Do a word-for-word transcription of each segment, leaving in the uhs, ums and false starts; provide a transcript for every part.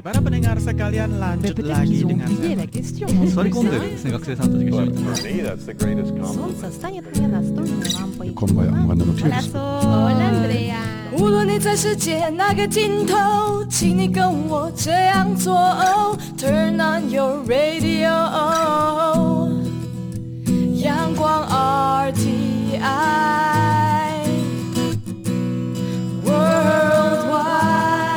Para pendengar sekalian, lanjut lagi dengan Sorry,混んでるんですね、学生さんたちが喋ってます。 Солнце станет мне настольной лампой. Hola, Andrea. 无论你在世界哪个尽头，请你跟我这样做。Turn on your radio， 阳光 R T I Worldwide，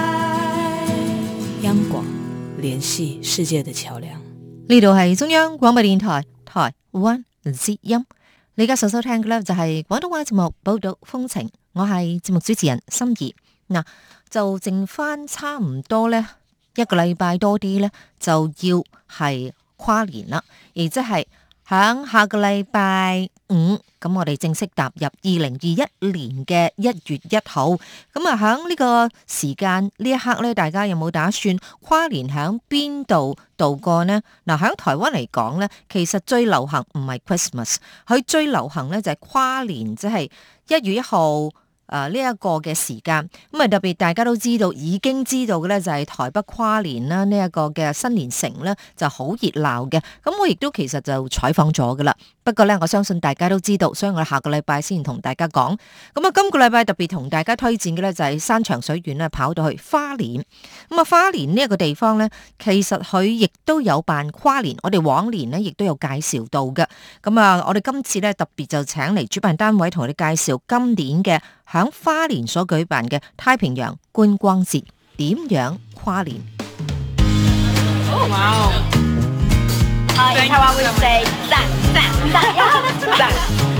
央廣聯繫世界的橋梁。 呢度係中央廣播電台台灣之音，你而家所收聽嘅咧就係廣東話節目《寶島風情》，我係節目主持人心怡。嗱，就剩翻差唔多咧一個禮拜多啲咧，就要係跨年啦，而即係響下個禮拜五，咁我哋正式踏入二零二一年嘅一月一號。咁啊，響呢個時間呢一刻咧，大家有冇打算跨年響邊度度過呢？嗱，響台灣嚟講咧，其實最流行唔係 Christmas， 佢最流行咧就係跨年，即係一月一號。誒呢一個嘅時間，咁啊特別大家都知道，已經知道嘅咧就係台北跨年啦，呢、這、一個嘅新年城咧就好熱鬧嘅。咁我亦都其實就採訪咗噶啦，不過咧我相信大家都知道，所以我哋下個禮拜先同大家講。咁啊，今個禮拜特別同大家推薦嘅咧就係山長水遠咧跑到去花蓮。咁啊，花蓮呢一個地方咧，其實佢亦都有辦跨年，我哋往年咧亦都有介紹到嘅。咁啊，我哋今次咧特別就請嚟主辦單位同我哋介紹今年嘅響花蓮所舉辦嘅太平洋觀光節點樣跨年。 Wow. Uh, in Taiwan we say 讚讚讚讚。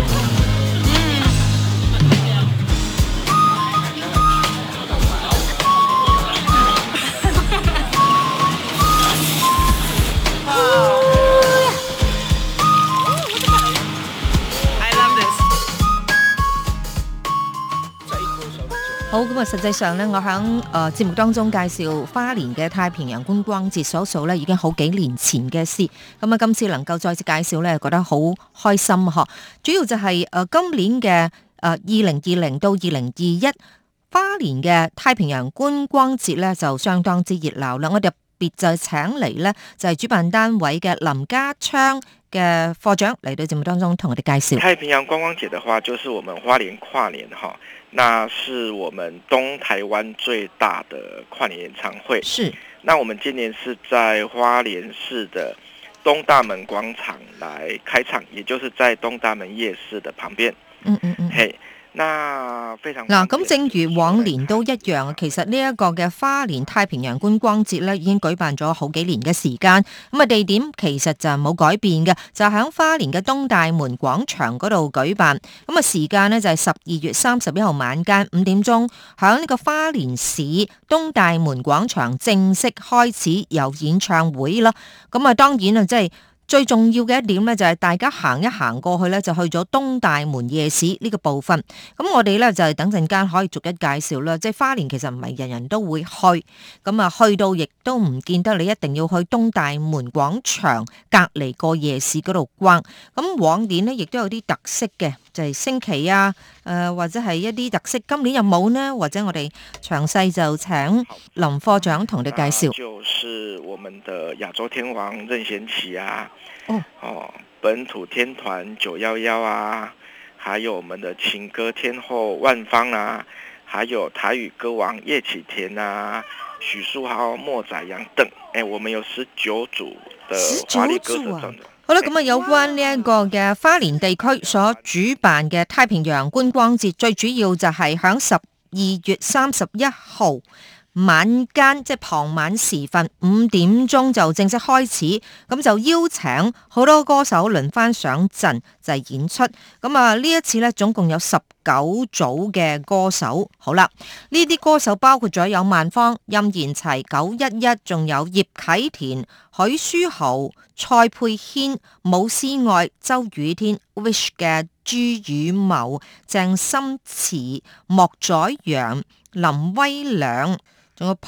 好，咁啊，實際上咧，我喺誒節目當中介紹花蓮嘅太平洋觀光節，所數咧已經好幾年前嘅事。咁啊，今次能夠再次介紹咧，覺得好開心嗬。主要就係誒今年嘅誒二零二零到二零二一花蓮嘅太平洋觀光節咧，就相當之熱鬧啦。我特別就請嚟咧，就係主辦單位嘅林家昌嘅課長嚟到節目當中同我哋介紹。 太平洋觀光節的話，就是我們花蓮跨年哈。那是我們東台灣最大的跨年演唱會。 是。 那我們今年是在花蓮市的東大門廣場來開場，也就是在東大門夜市的旁邊。 嗯嗯嗯。 嘿。那非常嗱，咁正如往年都一樣，其實呢一個嘅花蓮太平洋觀光節咧，已經舉辦咗好幾年嘅時間。咁啊，地點其實就冇改變嘅，就喺花蓮嘅東大門廣場嗰度舉辦。咁啊，時間呢就係十二月三十一號晚間五點鐘，喺呢個花蓮市東大門廣場正式開始有演唱會啦。咁啊，當然啊，即係。最重要嘅一點咧，就係大家行一行過去咧，就去咗東大門夜市呢個部分。咁我哋咧就係等陣間可以逐一介紹啦。即係花蓮其實唔係人人都會去，咁啊去到亦都唔見得你一定要去東大門廣場隔離個夜市嗰度逛。咁往年呢，亦都有啲特色嘅，就係升旗啊，誒、呃、或者係一啲特色。今年有冇呢？或者我哋詳細就請林課長同你介紹。 就是我們的亞洲天王任賢齊啊。 哦， 哦，本土天團九一一啊，還有我們的情歌天后萬芳啊，還有台語歌王葉啟田啊、許書豪、莫宰陽等，誒，我們有十九組的華麗歌手陣。 好啦，咁啊，有關呢一個嘅花蓮地區所主辦嘅太平洋觀光節，最主要就係響十二月三十一號。晚間即係傍晚時分五點鐘就正式開始，咁就邀請好多歌手輪番上陣就係演出。咁啊呢一次咧總共有十九組嘅歌手。好啦，呢啲歌手包括咗有萬芳、任賢齊、九一一，仲有葉啟田、許書豪、蔡佩軒、武詩愛、周雨天、Wish 嘅朱宇謀、鄭心慈、莫宰陽、林威良。仲有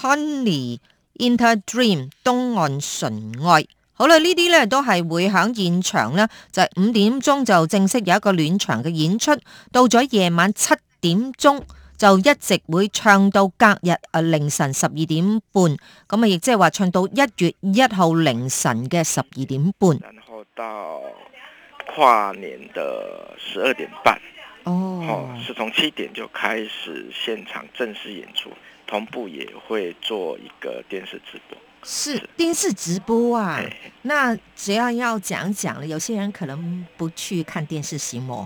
Pony、Inter Dream、東岸純愛，好啦，呢啲咧都係會喺現場咧，就係五點鐘就正式有一個暖場嘅演出，到咗夜晚七點鐘就一直會唱到隔日誒凌晨十二點半，咁啊亦即係話唱到一月一號凌晨嘅十二點半， 然後到跨年的十二點半。 哦， 哦，是從七點就開始現場正式演出，同步也會做一個電視直播。 是電視直播啊？ 哎、 那只要要講講了，有些人可能不去看電視節目。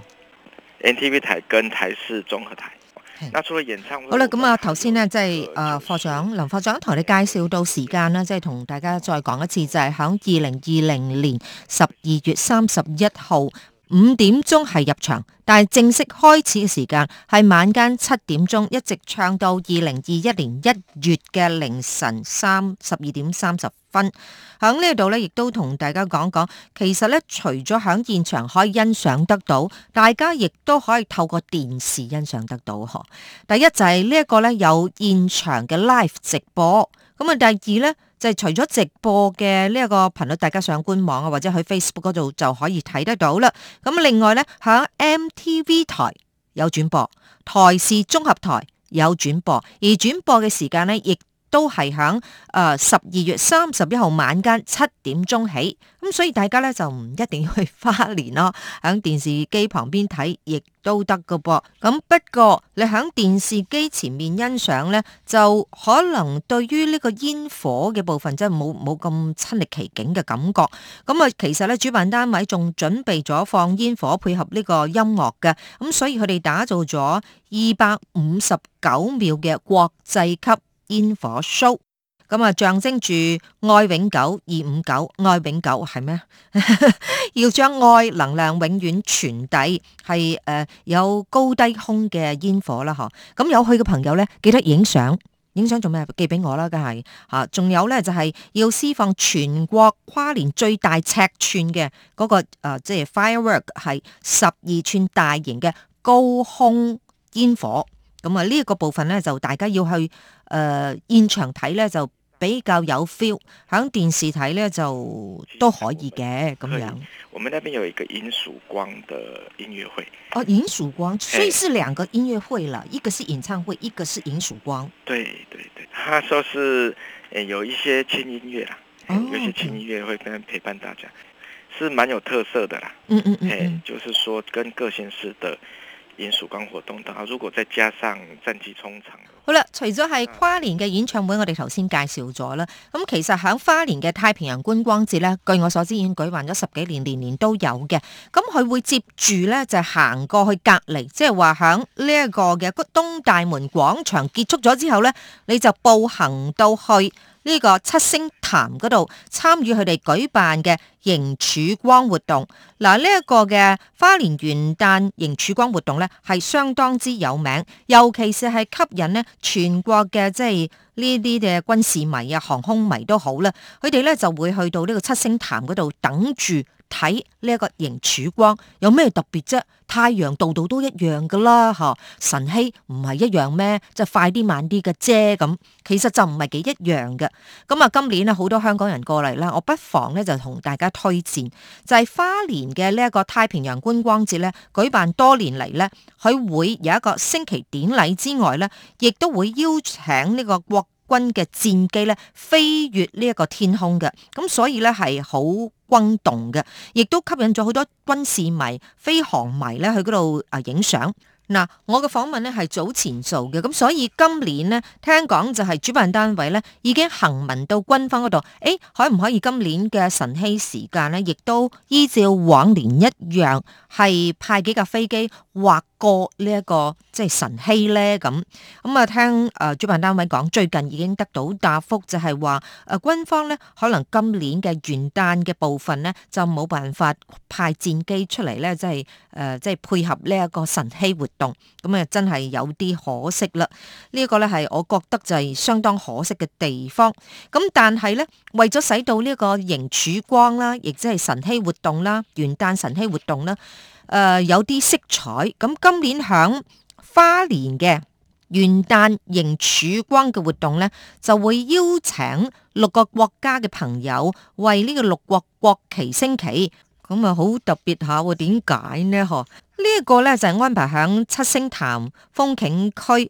N T V 台跟台視綜合台。那除了演唱會， 好啦，咁啊頭先呢，即係誒課長林課長同你介紹到時間啦，即係同大家再講一次，就係響二零二零年十二月三十一號五點鐘係入場，但係正式開始嘅時間係晚間七點鐘，一直唱到二零二一年一月嘅凌晨三十二點三十分。喺呢度咧，亦都同大家講講，其實咧除咗喺現場可以欣賞得到，大家亦都可以透過電視欣賞得到。嗬，第一就係呢一個咧有現場嘅 live 直播，咁啊第二咧就係除咗直播嘅呢一個頻率，大家上官網啊或者去 Facebook 嗰度就可以睇得到啦。咁另外咧喺 M T V 台有轉播，台視綜合台有轉播，而轉播嘅時間咧亦都係響誒十二月三十一號晚間七點鐘起，咁所以大家咧就唔一定要去花蓮咯，響電視機旁邊睇亦都得噶噃。咁不過你響電視機前面欣賞咧，就可能對於呢個煙火嘅部分真係冇冇咁親歷其境嘅感覺。咁啊，其實咧主辦單位仲準備咗放煙火配合呢個音樂嘅，咁所以佢哋打造咗二百五十九秒嘅國際級煙火 show， 咁啊象徵住愛永久二五九，愛永久係咩？要將愛能量永遠傳遞，係誒、呃、有高低空嘅煙火啦，嗬。咁有去嘅朋友咧，記得影相，影相做咩？寄俾我啦，梗係吓。仲有咧就係要施放全國跨年最大尺寸嘅嗰個誒，即係 firework 係十二寸大型嘅高空煙火。咁啊呢一個部分咧就大家要去誒、呃、現場睇咧就比較有 feel， 響電視睇咧就都可以嘅咁樣。 我們那邊有一個銀曙光的音樂會。 哦，銀曙光，所以是兩個音樂會啦，一個是演唱會，一個是銀曙光。 對對對，他說是誒有一些輕音樂啦，哦、有一些輕音樂會跟陪伴大家，是蠻有特色的啦。嗯嗯嗯，嗯，就是說跟各縣市的銀曙光活動，然後如果再加上戰機衝場， 好啦，除咗係跨年嘅演唱會，我哋頭先介紹咗啦。咁其實喺花蓮嘅太平洋觀光節咧，據我所知已經舉辦咗十幾年，年年都有嘅。咁佢會接住咧就行過去隔離，即係話喺呢一個嘅東大門廣場結束咗之後咧，你就步行到去呢個七星潭嗰度參與佢哋舉辦嘅迎曙光活動。嗱，呢一個嘅花蓮元旦迎曙光活動咧係相當之有名，尤其是係吸引咧全國嘅即係呢啲嘅軍事迷啊、航空迷都好啦，佢哋咧就會去到呢個七星潭嗰度等住睇呢一個迎曙光。有咩特別啫？太陽度度都一樣噶啦，嗬，晨曦唔係一樣咩？就快啲慢啲嘅啫，咁其實就唔係幾一樣嘅。咁啊，今年咧好多香港人過嚟啦，我不妨咧就同大家推薦，就係花蓮嘅呢一個太平洋觀光節咧，舉辦多年嚟咧，佢會有一個升旗典禮之外咧，亦都會邀請呢個國軍嘅戰機咧飛越呢一個天空嘅，咁所以咧係好轟動嘅，亦都吸引咗好多軍事迷、飛航迷咧去嗰度啊影相。嗱，我嘅訪問咧係早前做嘅，咁所以今年呢，聽講就係主辦單位咧已經行文到軍方嗰度，誒，可唔可以今年嘅晨曦時間咧，亦都依照往年一樣，係派幾架飛機劃過呢一個即係晨曦咧？咁咁啊，聽誒主辦單位講，最近已經得到答覆，就係話誒軍方咧可能今年嘅元旦嘅部分咧就冇辦法派戰機出嚟咧，即係誒即係配合呢一個晨曦活動，咁啊真係有啲可惜啦。呢一個咧係我覺得就係相當可惜嘅地方。咁但係咧為咗使到呢一個迎曙光啦，亦即係晨曦活動啦，元旦晨曦活動啦。誒、呃，有啲色彩，咁今年響花蓮嘅元旦迎曙光嘅活動咧，就會邀請六個國家嘅朋友為呢個六國國旗升旗，咁啊好特別下喎，點解呢？嗬，呢一個咧就係安排響七星潭風景區，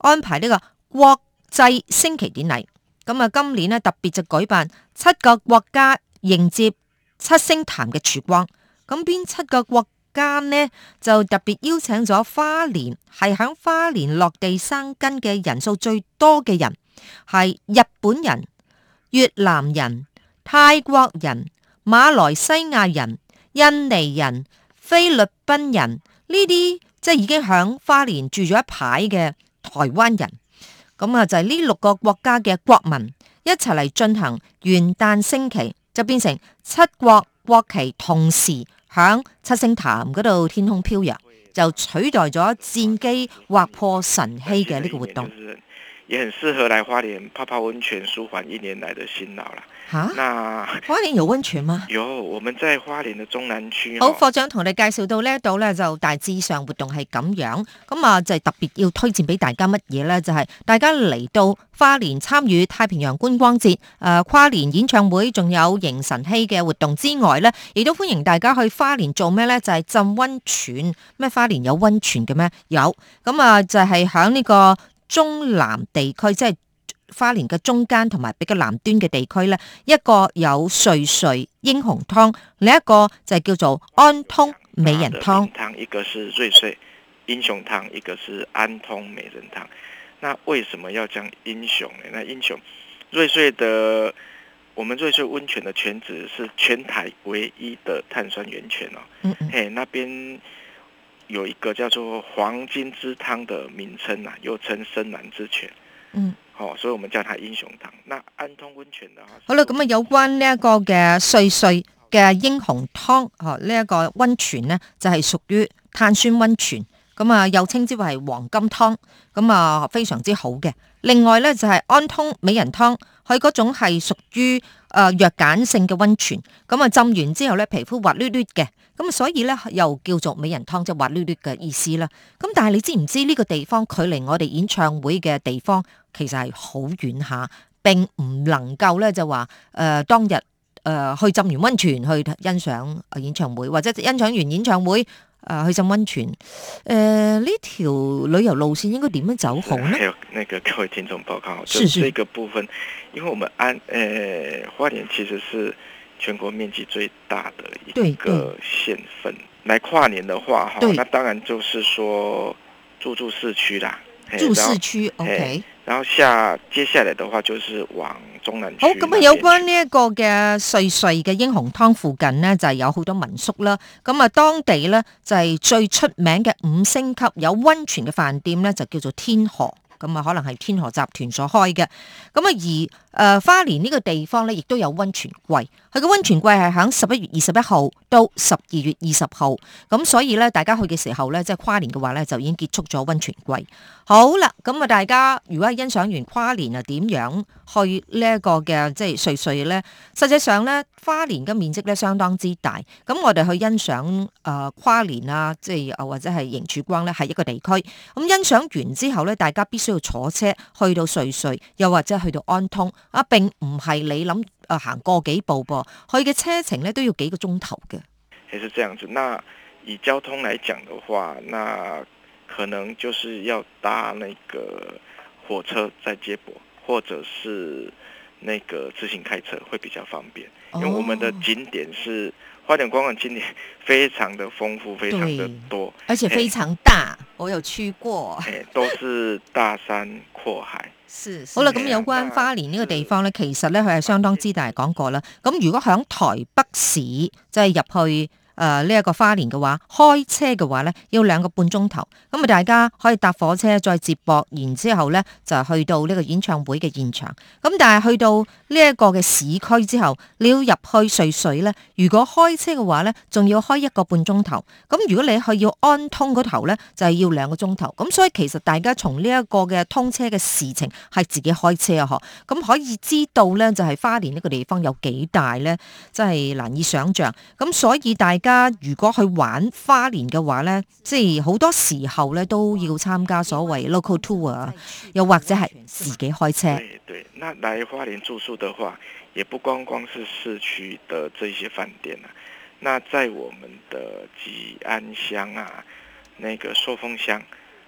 安排呢個國際升旗典禮。咁啊，今年呢特別就舉辦七個國家迎接七星潭嘅曙光。咁邊七個國家呢？就特別邀請咗花蓮，係響花蓮落地生根嘅人數最多嘅人，係日本人、越南人、泰國人、馬來西亞人、印尼人、菲律賓人，呢啲即係已經響花蓮住咗一排嘅台灣人。咁啊，就係呢六個國家嘅國民一齊嚟進行元旦升旗，就變成七國國旗同時響七星潭嗰度天空飄揚，就取代咗戰機劃破晨曦嘅呢個活動。 也很適合來花蓮泡泡溫泉，舒緩一年來的辛勞啦。 吓、啊， 那花蓮有溫泉嗎？ 有，我們在花蓮的中南區。 好，課長同你介紹到呢一度咧，就大致上活動係咁樣。咁啊，就係特別要推薦俾大家乜嘢咧？就係、是、大家嚟到花蓮參與太平洋觀光節、誒、呃、跨年演唱會，仲有迎晨曦嘅活動之外咧，亦都歡迎大家去花蓮做咩咧？就係、是、浸溫泉。咩花蓮有溫泉嘅咩？有。咁啊，就係喺呢個中南地區，即係花蓮嘅中間同埋比較南端嘅地區咧，一個有瑞穗英雄湯，另一個就係叫做安通美人湯。 一個是瑞穗英雄湯，一個是安通美人湯。那為什麼要講英雄呢？那英雄瑞穗的，我們瑞穗溫泉的泉質是全台唯一的碳酸源泉哦。嗯嗯。嘿，那邊有一個叫做黃金之湯的名稱啊，又稱深藍之泉。嗯，好、哦，所以我們叫它英雄湯。那安通溫泉的話，好啦，咁啊有關呢一個嘅瑞穗嘅英雄湯，哦呢一個溫泉呢就係屬於碳酸溫泉，咁啊又稱之為黃金湯，咁啊非常之好嘅。另外咧就係安通美人湯，佢嗰種係屬於誒弱鹼性嘅溫泉，咁啊浸完之後咧皮膚滑捋捋嘅。咁所以咧又叫做美人湯，即係滑捋捋嘅意思啦。咁但係你知唔知呢個地方距離我哋演唱會嘅地方其實係好遠下，並唔能夠咧就話誒、呃、當日誒、呃、去浸完溫泉去欣賞演唱會，或者欣賞完演唱會誒、呃、去浸溫泉。誒、呃、呢條旅遊路線應該點樣走好呢？還有那個各位聽眾報告，就是這個部分，因為我們安誒、呃、花蓮其實是全國面積最大的一個縣份，來跨年的話，哈，那當然就是說住住市區啦，住市區 ，OK。然後下接下來的話就是往中南區。好，咁啊，有關呢一個嘅瑞穗嘅英雄湯附近呢，就係有好多民宿啦。咁啊，當地呢，就係最出名嘅五星級有溫泉嘅飯店呢，就叫做天河。咁啊，可能係天河集團所開嘅。咁啊，而誒、呃、花蓮呢個地方咧，亦都有溫泉季。佢嘅溫泉季係喺十一月二十一號到十二月二十號。咁所以咧，大家去嘅時候咧，即係跨年嘅話咧，就已經結束咗溫泉季。好啦，咁啊，大家如果係欣賞完跨年啊，點樣去呢一個嘅即係瑞穗咧？實際上咧，花蓮嘅面積咧相當之大。咁我哋去欣賞誒、呃、跨年啊，即係或者係迎曙光咧，係一個地區。咁欣賞完之後咧，大家必須要坐車去到瑞穗，又或者去到安通啊，並唔係你諗誒行過幾步噃，去嘅車程咧都要幾個鐘頭嘅。係是這樣子。那以交通來講的話，那可能就是要搭那個火車再接駁，或者是那個自行開車會比較方便。因為我們的景點是花蓮觀光景點非常的豐富，非常的多，而且非常大。我有去過，都是大山闊海。是，是好啦，咁有關花蓮呢個地方咧，其實咧佢係相當之大，講過啦。咁如果響台北市即係入去誒呢一個花蓮嘅話，開車嘅話咧要兩個半鐘頭。咁啊，大家可以搭火車再接駁，然之後咧就去到呢個演唱會嘅現場。咁但係去到呢一個嘅市區之後，你要入去瑞穗咧，如果開車嘅話咧，仲要開一個半鐘頭。咁如果你去要安通嗰頭咧，就係要兩個鐘頭。咁所以其實大家從呢一個嘅通車嘅事情係自己開車啊，嗬。咁可以知道咧，就係花蓮呢個地方有幾大咧，真係難以想象。咁所以大家家如果去玩花蓮嘅話呢，即係好多時候咧都要參加所謂 local tour， 又或者係自己開車。對對，那來花蓮住宿的話，也不光光是市區的這些飯店啊，那在我們的吉安鄉啊，那個壽豐鄉，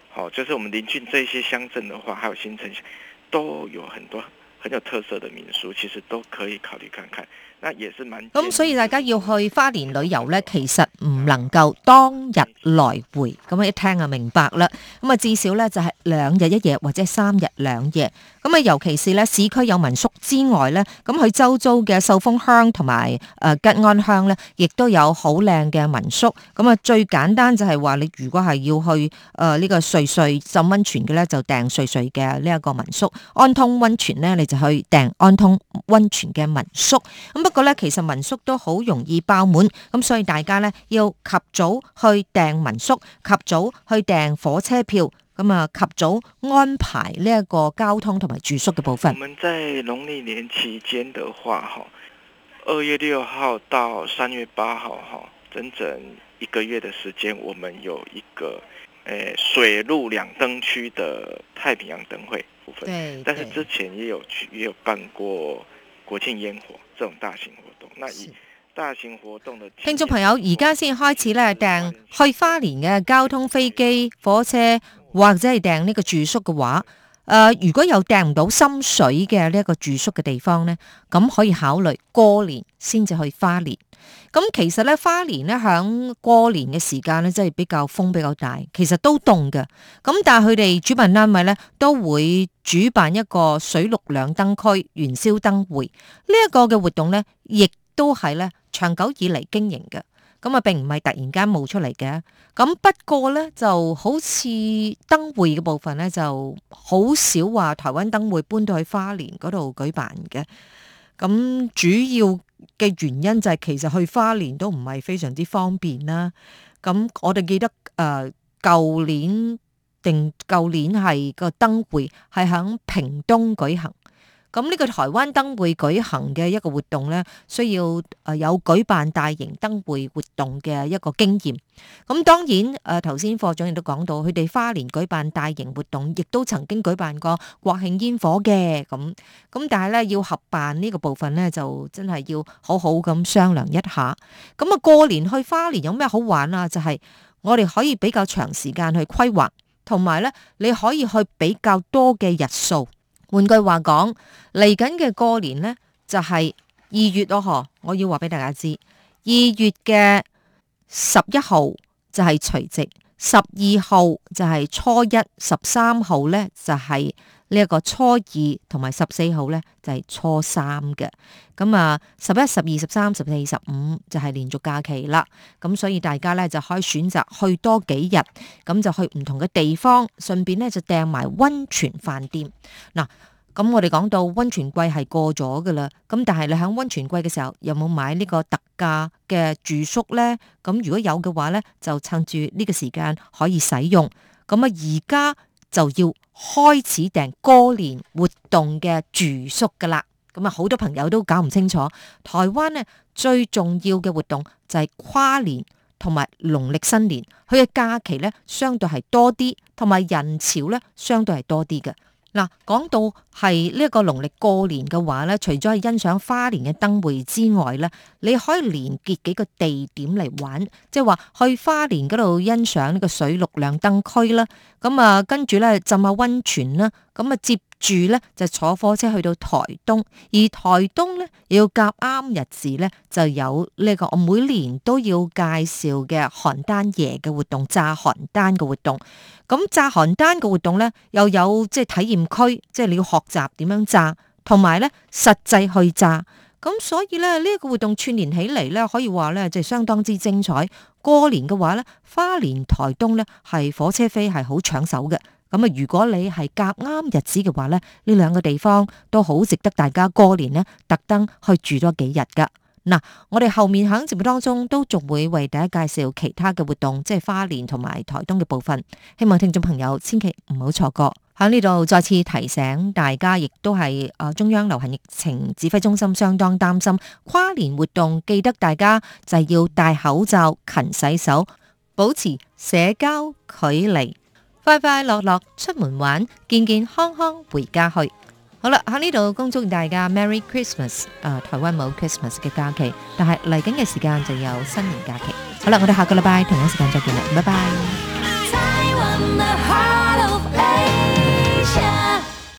好，就是我们邻近这些乡镇的话，还有新城都有很多很有特色的民宿，其實都可以考慮看看。那也是蠻咁，所以大家要去花蓮旅遊呢，其實唔能夠當日來回，咁一聽就明白啦。咁啊，至少呢就係兩日一夜或者三日兩夜。咁啊，尤其是呢市區有民宿之外呢，咁佢周遭嘅秀峰鄉同埋誒吉安鄉呢，亦都有好靚嘅民宿。咁啊，最簡單就係話你如果係要去誒呢個瑞穗浸溫泉嘅呢，就訂瑞穗嘅呢一個民宿；安通溫泉呢，你就去訂安通溫泉嘅民宿。咁不過咧，其實民宿都好容易爆滿，咁所以大家咧要及早去訂民宿，及早去訂火車票，咁啊及早安排呢一個交通同埋住宿嘅部分。 我們在農曆年期間的話，哈，二月六號到三月八號，哈，整整一個月的時間，我們有一個誒水陸兩燈區的太平洋燈會部分。對，但是之前也有去，也有辦過國慶煙火這種大型活動。那以大型活動的聽眾朋友，而家先開始咧訂去花蓮嘅交通、飛機、火車或者係訂呢個住宿嘅話，誒、呃，如果有訂唔到心水嘅呢一個住宿嘅地方呢，咁可以考慮過年先至去花蓮。咁其實咧，花蓮咧響過年嘅時間咧，真係比較風比較大，其實都凍嘅。咁但係佢哋主辦單位咧都會主辦一個水陸兩燈區元宵燈會呢一個嘅活動咧，亦都係咧長久以嚟經營嘅。咁啊，並唔係突然間冒出嚟嘅。咁不過咧，就好似燈會嘅部分咧，就好少話台灣燈會搬到去花蓮嗰度舉辦嘅。咁主要嘅原因就係其實去花蓮都唔係非常之方便啦。咁我哋記得誒舊年定舊年係個燈會係喺屏東舉行。咁呢個台灣燈會舉行嘅一個活動咧，需要誒有舉辦大型燈會活動嘅一個經驗。咁當然誒頭先課長亦都講到，佢哋花蓮舉辦大型活動，亦都曾經舉辦過國慶煙火嘅。咁咁但係咧要合辦呢個部分咧，就真係要好好咁商量一下。咁啊過年去花蓮有咩好玩啊？就係我哋可以比較長時間去規劃，同埋咧你可以去比較多嘅日數。換句話講，嚟緊嘅過年呢，就係二月咯，嗬！我要話俾大家知，二月嘅十一號就係除夕，十二號就係初一，十三號呢就係呢一個初二，同埋十四號呢就係初三嘅。咁啊，十一、十二、十三、十四、十五就係連續假期啦。咁所以大家呢就可以選擇去多幾日，咁就去唔同嘅地方，順便呢就訂埋溫泉飯店。嗱，咁我哋講到溫泉季係過咗噶啦，咁但係你喺溫泉季嘅時候有冇買呢個特價嘅住宿呢？咁如果有嘅話呢，就趁住呢個時間可以使用。咁啊，而家就要開始訂過年活動嘅住宿噶啦。咁啊，好多朋友都搞唔清楚，台灣呢最重要嘅活動就係跨年同埋農曆新年，佢嘅假期呢相對係多啲，同埋人潮呢相對係多啲嘅。嗱，講到係呢一個農曆過年嘅話咧，除咗係欣賞花蓮嘅燈會之外咧，你可以連結幾個地點嚟玩，即係話去花蓮嗰度欣賞呢個水陸兩燈區啦，咁啊跟住咧浸下溫泉啦，咁啊接住咧就坐火車去到台東，而台東咧要夾啱日子咧就有呢個我每年都要介紹嘅寒單爺嘅活動，炸寒單嘅活動。咁炸寒單嘅活動咧又有即係體驗區，即係你要學習點樣炸，同埋咧實際去炸。咁所以咧呢一個活動串聯起嚟咧，可以話咧即係相當之精彩。過年嘅話咧，花蓮台東咧係火車飛係好搶手嘅。咁啊，如果你係夾啱日子嘅話咧，呢兩個地方都好值得大家過年咧特登去住多幾日噶。嗱，我哋後面喺節目當中都仲會為大家介紹其他嘅活動，即係花蓮同埋台東嘅部分，希望聽眾朋友千祈唔好錯過。喺呢度再次提醒大家，亦都係誒中央流行疫情指揮中心相當擔心跨年活動，記得大家就係要戴口罩、勤洗手、保持社交距離，快快樂樂出門玩，健健康康回家去。好啦，喺呢度恭祝大家 Merry Christmas， 啊、呃，台灣冇 Christmas 嘅假期，但係嚟緊嘅時間就有新年假期。好啦，我哋下個禮拜同一時間再見啦，拜拜。